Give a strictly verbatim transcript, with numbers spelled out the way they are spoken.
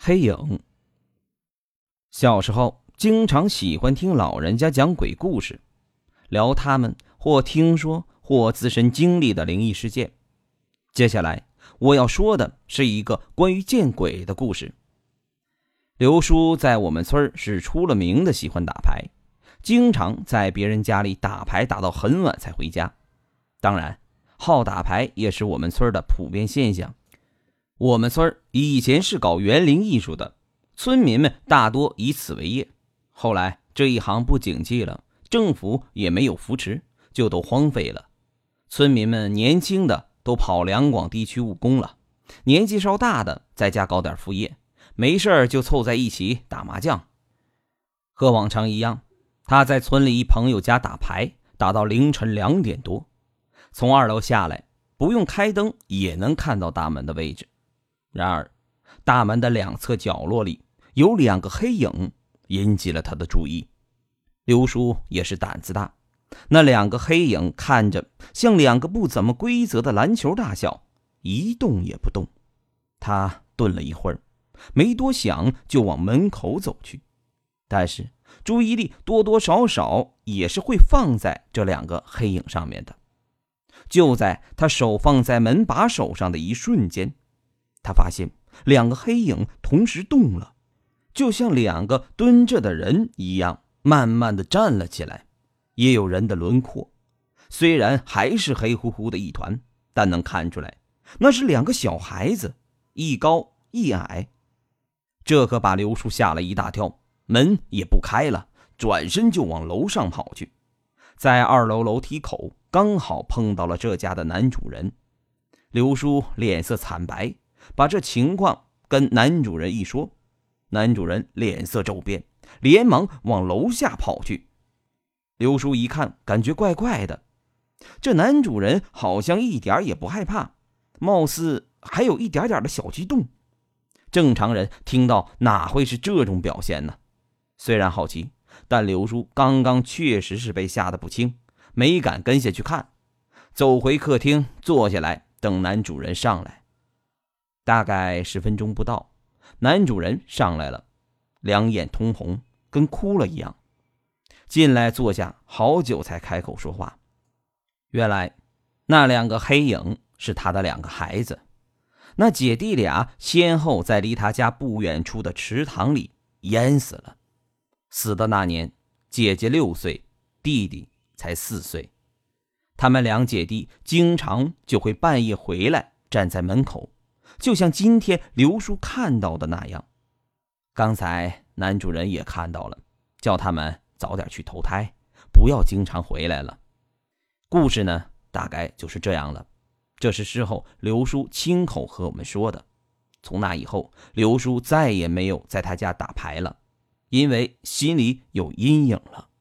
黑影。小时候经常喜欢听老人家讲鬼故事，聊他们或听说或自身经历的灵异事件。接下来我要说的是一个关于见鬼的故事。刘叔在我们村是出了名的喜欢打牌，经常在别人家里打牌打到很晚才回家。当然，好打牌也是我们村的普遍现象。我们村以前是搞园林艺术的，村民们大多以此为业。后来这一行不景气了，政府也没有扶持，就都荒废了。村民们年轻的都跑两广地区务工了，年纪稍大的在家搞点副业，没事就凑在一起打麻将。和往常一样，他在村里一朋友家打牌，打到凌晨两点多。从二楼下来，不用开灯也能看到大门的位置。然而大门的两侧角落里有两个黑影，引起了他的注意。刘叔也是胆子大，那两个黑影看着像两个不怎么规则的篮球大小，一动也不动。他顿了一会儿，没多想就往门口走去，但是注意力多多少少也是会放在这两个黑影上面的。就在他手放在门把手上的一瞬间，他发现两个黑影同时动了，就像两个蹲着的人一样，慢慢地站了起来，也有人的轮廓。虽然还是黑乎乎的一团，但能看出来那是两个小孩子，一高一矮。这可把刘叔吓了一大跳，门也不开了，转身就往楼上跑去。在二楼楼梯口刚好碰到了这家的男主人。刘叔脸色惨白，把这情况跟男主人一说，男主人脸色骤变，连忙往楼下跑去。刘叔一看，感觉怪怪的，这男主人好像一点也不害怕，貌似还有一点点的小激动。正常人听到哪会是这种表现呢？虽然好奇，但刘叔刚刚确实是被吓得不轻，没敢跟下去看，走回客厅坐下来等男主人上来。大概十分钟不到，男主人上来了，两眼通红，跟哭了一样。进来坐下好久才开口说话。原来那两个黑影是他的两个孩子，那姐弟俩先后在离他家不远处的池塘里淹死了。死的那年，姐姐六岁，弟弟才四岁。他们两姐弟经常就会半夜回来，站在门口，就像今天刘叔看到的那样。刚才男主人也看到了，叫他们早点去投胎，不要经常回来了。故事呢，大概就是这样了。这是事后刘叔亲口和我们说的。从那以后，刘叔再也没有在他家打牌了，因为心里有阴影了。